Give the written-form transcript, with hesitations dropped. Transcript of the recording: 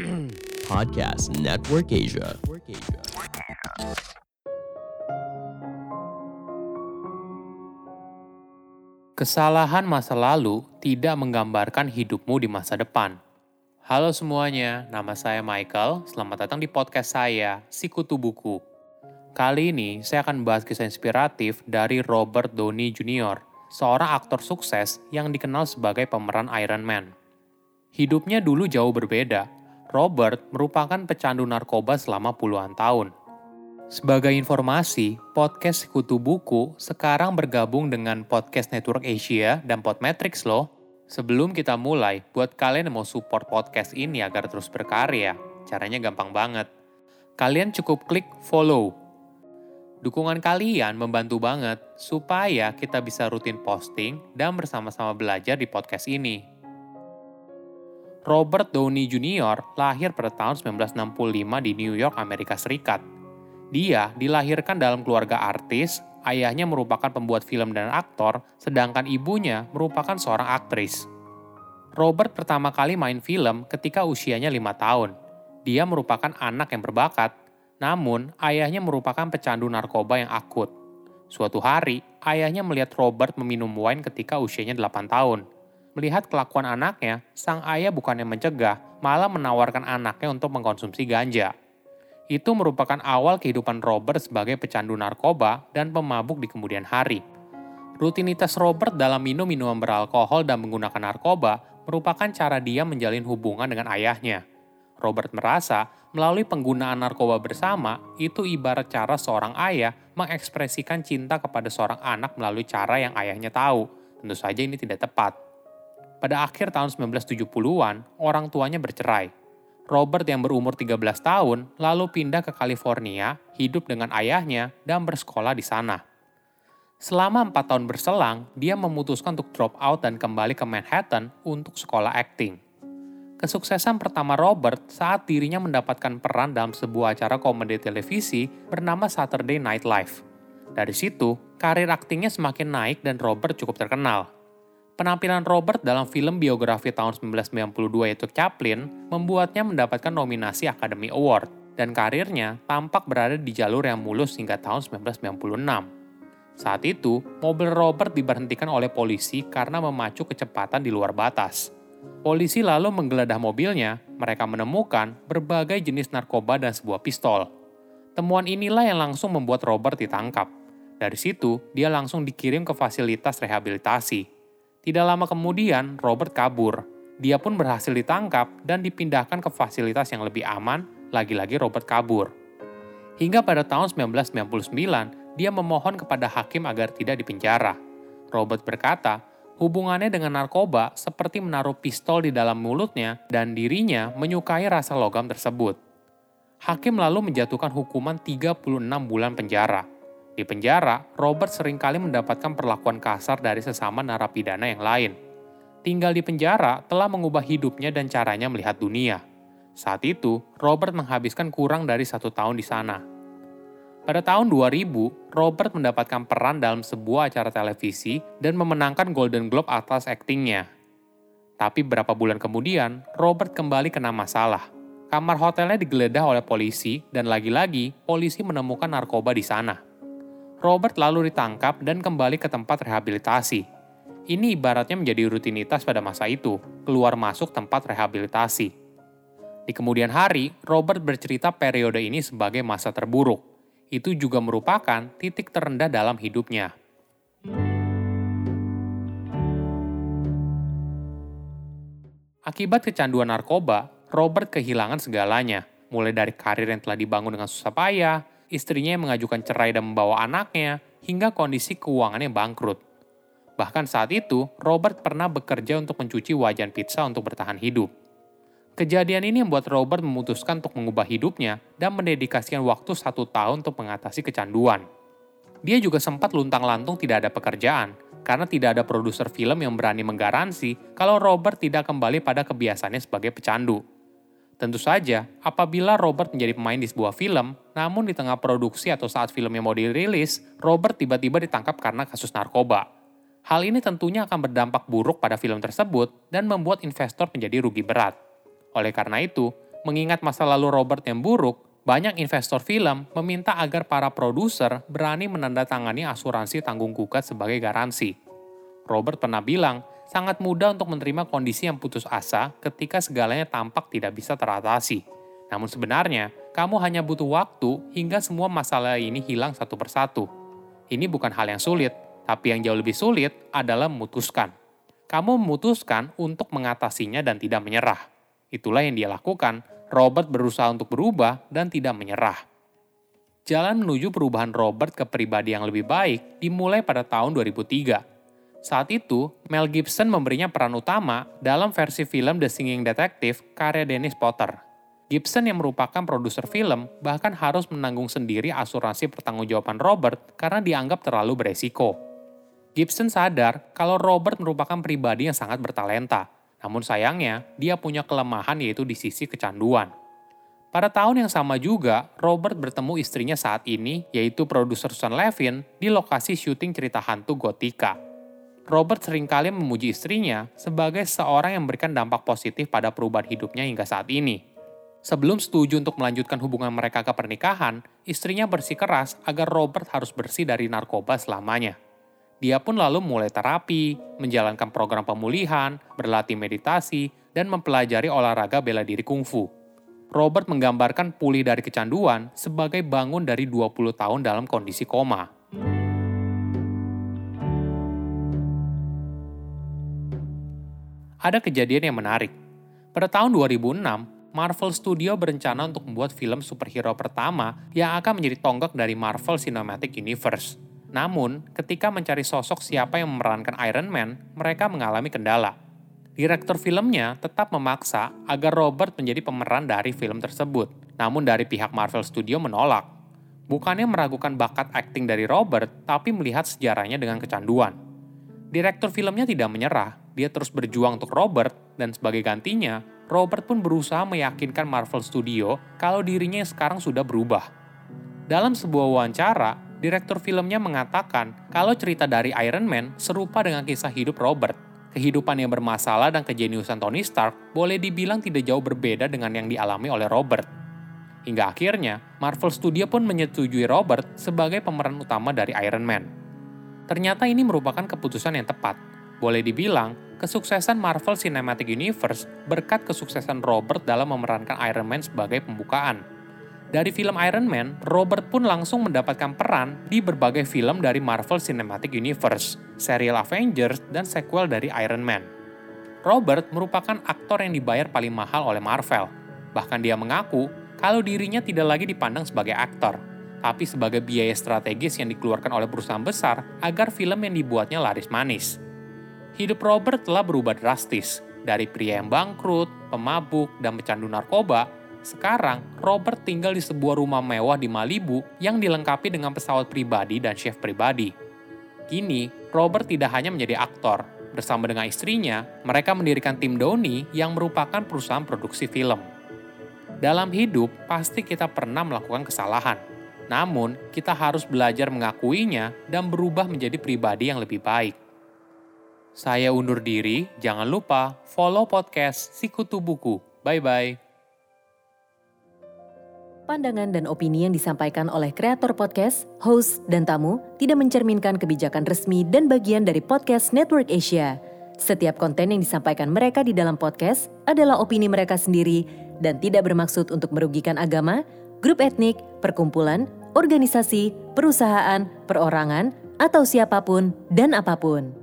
Podcast Network Asia. Kesalahan masa lalu tidak menggambarkan hidupmu di masa depan. Halo semuanya, nama saya Michael. Selamat datang di podcast saya, Sikutu Buku. Kali ini saya akan membahas kisah inspiratif dari Robert Downey Jr., seorang aktor sukses yang dikenal sebagai pemeran Iron Man. Hidupnya dulu jauh berbeda. Robert merupakan pecandu narkoba selama puluhan tahun. Sebagai informasi, podcast Sikutu Buku sekarang bergabung dengan Podcast Network Asia dan Podmetrics loh. Sebelum kita mulai, buat kalian yang mau support podcast ini agar terus berkarya, caranya gampang banget. Kalian cukup klik follow. Dukungan kalian membantu banget supaya kita bisa rutin posting dan bersama-sama belajar di podcast ini. Robert Downey Jr. lahir pada tahun 1965 di New York, Amerika Serikat. Dia dilahirkan dalam keluarga artis, ayahnya merupakan pembuat film dan aktor, sedangkan ibunya merupakan seorang aktris. Robert pertama kali main film ketika usianya 5 tahun. Dia merupakan anak yang berbakat, namun ayahnya merupakan pecandu narkoba yang akut. Suatu hari, ayahnya melihat Robert meminum wine ketika usianya 8 tahun. Melihat kelakuan anaknya, sang ayah bukannya mencegah, malah menawarkan anaknya untuk mengkonsumsi ganja. Itu merupakan awal kehidupan Robert sebagai pecandu narkoba dan pemabuk di kemudian hari. Rutinitas Robert dalam minum minuman beralkohol dan menggunakan narkoba merupakan cara dia menjalin hubungan dengan ayahnya. Robert merasa melalui penggunaan narkoba bersama itu ibarat cara seorang ayah mengekspresikan cinta kepada seorang anak melalui cara yang ayahnya tahu. Tentu saja ini tidak tepat. Pada akhir tahun 1970-an, orang tuanya bercerai. Robert yang berumur 13 tahun lalu pindah ke California, hidup dengan ayahnya, dan bersekolah di sana. Selama 4 tahun berselang, dia memutuskan untuk drop out dan kembali ke Manhattan untuk sekolah akting. Kesuksesan pertama Robert saat dirinya mendapatkan peran dalam sebuah acara komedi televisi bernama Saturday Night Live. Dari situ, karir aktingnya semakin naik dan Robert cukup terkenal. Penampilan Robert dalam film biografi tahun 1992 yaitu Chaplin membuatnya mendapatkan nominasi Academy Award dan karirnya tampak berada di jalur yang mulus hingga tahun 1996. Saat itu, mobil Robert diberhentikan oleh polisi karena memacu kecepatan di luar batas. Polisi lalu menggeledah mobilnya, mereka menemukan berbagai jenis narkoba dan sebuah pistol. Temuan inilah yang langsung membuat Robert ditangkap. Dari situ, dia langsung dikirim ke fasilitas rehabilitasi. Tidak lama kemudian, Robert kabur. Dia pun berhasil ditangkap dan dipindahkan ke fasilitas yang lebih aman, lagi-lagi Robert kabur. Hingga pada tahun 1999, dia memohon kepada hakim agar tidak dipenjara. Robert berkata, hubungannya dengan narkoba seperti menaruh pistol di dalam mulutnya dan dirinya menyukai rasa logam tersebut. Hakim lalu menjatuhkan hukuman 36 bulan penjara. Di penjara, Robert seringkali mendapatkan perlakuan kasar dari sesama narapidana yang lain. Tinggal di penjara telah mengubah hidupnya dan caranya melihat dunia. Saat itu, Robert menghabiskan kurang dari 1 tahun di sana. Pada tahun 2000, Robert mendapatkan peran dalam sebuah acara televisi dan memenangkan Golden Globe atas aktingnya. Tapi beberapa bulan kemudian, Robert kembali kena masalah. Kamar hotelnya digeledah oleh polisi dan lagi-lagi polisi menemukan narkoba di sana. Robert lalu ditangkap dan kembali ke tempat rehabilitasi. Ini ibaratnya menjadi rutinitas pada masa itu, keluar masuk tempat rehabilitasi. Di kemudian hari, Robert bercerita periode ini sebagai masa terburuk. Itu juga merupakan titik terendah dalam hidupnya. Akibat kecanduan narkoba, Robert kehilangan segalanya, mulai dari karir yang telah dibangun dengan susah payah, istrinya yang mengajukan cerai dan membawa anaknya, hingga kondisi keuangannya bangkrut. Bahkan saat itu, Robert pernah bekerja untuk mencuci wajan pizza untuk bertahan hidup. Kejadian ini membuat Robert memutuskan untuk mengubah hidupnya dan mendedikasikan waktu 1 tahun untuk mengatasi kecanduan. Dia juga sempat luntang-lantung tidak ada pekerjaan, karena tidak ada produser film yang berani menggaransi kalau Robert tidak kembali pada kebiasaannya sebagai pecandu. Tentu saja, apabila Robert menjadi pemain di sebuah film, namun di tengah produksi atau saat filmnya mau dirilis, Robert tiba-tiba ditangkap karena kasus narkoba. Hal ini tentunya akan berdampak buruk pada film tersebut dan membuat investor menjadi rugi berat. Oleh karena itu, Mengingat masa lalu Robert yang buruk, banyak investor film meminta agar para produser berani menandatangani asuransi tanggung gugat sebagai garansi. Robert pernah bilang, sangat mudah untuk menerima kondisi yang putus asa ketika segalanya tampak tidak bisa teratasi. Namun sebenarnya, kamu hanya butuh waktu hingga semua masalah ini hilang satu persatu. Ini bukan hal yang sulit, tapi yang jauh lebih sulit adalah memutuskan. Kamu memutuskan untuk mengatasinya dan tidak menyerah. Itulah yang dia lakukan. Robert berusaha untuk berubah dan tidak menyerah. Jalan menuju perubahan Robert ke pribadi yang lebih baik dimulai pada tahun 2003. Saat itu, Mel Gibson memberinya peran utama dalam versi film The Singing Detective karya Dennis Potter. Gibson yang merupakan produser film bahkan harus menanggung sendiri asuransi pertanggungjawaban Robert karena dianggap terlalu beresiko. Gibson sadar kalau Robert merupakan pribadi yang sangat bertalenta, namun sayangnya dia punya kelemahan yaitu di sisi kecanduan. Pada tahun yang sama juga, Robert bertemu istrinya saat ini, yaitu produser Susan Levin, di lokasi syuting cerita hantu Gotika. Robert seringkali memuji istrinya sebagai seorang yang memberikan dampak positif pada perubahan hidupnya hingga saat ini. Sebelum setuju untuk melanjutkan hubungan mereka ke pernikahan, istrinya bersikeras agar Robert harus bersih dari narkoba selamanya. Dia pun lalu mulai terapi, menjalankan program pemulihan, berlatih meditasi, dan mempelajari olahraga bela diri kungfu. Robert menggambarkan pulih dari kecanduan sebagai bangun dari 20 tahun dalam kondisi koma. Ada kejadian yang menarik. Pada tahun 2006, Marvel Studio berencana untuk membuat film superhero pertama yang akan menjadi tonggak dari Marvel Cinematic Universe. Namun, ketika mencari sosok siapa yang memerankan Iron Man, mereka mengalami kendala. Direktur filmnya tetap memaksa agar Robert menjadi pemeran dari film tersebut. Namun dari pihak Marvel Studio menolak. Bukannya meragukan bakat akting dari Robert, tapi melihat sejarahnya dengan kecanduan. Direktur filmnya tidak menyerah, dia terus berjuang untuk Robert, dan sebagai gantinya, Robert pun berusaha meyakinkan Marvel Studio kalau dirinya sekarang sudah berubah. Dalam sebuah wawancara, direktur filmnya mengatakan kalau cerita dari Iron Man serupa dengan kisah hidup Robert. Kehidupan yang bermasalah dan kejeniusan Tony Stark boleh dibilang tidak jauh berbeda dengan yang dialami oleh Robert. Hingga akhirnya, Marvel Studio pun menyetujui Robert sebagai pemeran utama dari Iron Man. Ternyata ini merupakan keputusan yang tepat. Boleh dibilang, kesuksesan Marvel Cinematic Universe berkat kesuksesan Robert dalam memerankan Iron Man sebagai pembukaan. Dari film Iron Man, Robert pun langsung mendapatkan peran di berbagai film dari Marvel Cinematic Universe, serial Avengers, dan sequel dari Iron Man. Robert merupakan aktor yang dibayar paling mahal oleh Marvel. Bahkan dia mengaku kalau dirinya tidak lagi dipandang sebagai aktor, tapi sebagai biaya strategis yang dikeluarkan oleh perusahaan besar agar film yang dibuatnya laris manis. Hidup Robert telah berubah drastis. Dari pria yang bangkrut, pemabuk, dan pecandu narkoba, sekarang Robert tinggal di sebuah rumah mewah di Malibu yang dilengkapi dengan pesawat pribadi dan chef pribadi. Kini, Robert tidak hanya menjadi aktor. Bersama dengan istrinya, mereka mendirikan tim Downey yang merupakan perusahaan produksi film. Dalam hidup, pasti kita pernah melakukan kesalahan. Namun, kita harus belajar mengakuinya dan berubah menjadi pribadi yang lebih baik. Saya undur diri, jangan lupa follow podcast Sikutu Buku. Bye-bye. Pandangan dan opini yang disampaikan oleh kreator podcast, host, dan tamu tidak mencerminkan kebijakan resmi dan bagian dari podcast Network Asia. Setiap konten yang disampaikan mereka di dalam podcast adalah opini mereka sendiri dan tidak bermaksud untuk merugikan agama, grup etnik, perkumpulan, organisasi, perusahaan, perorangan, atau siapapun dan apapun.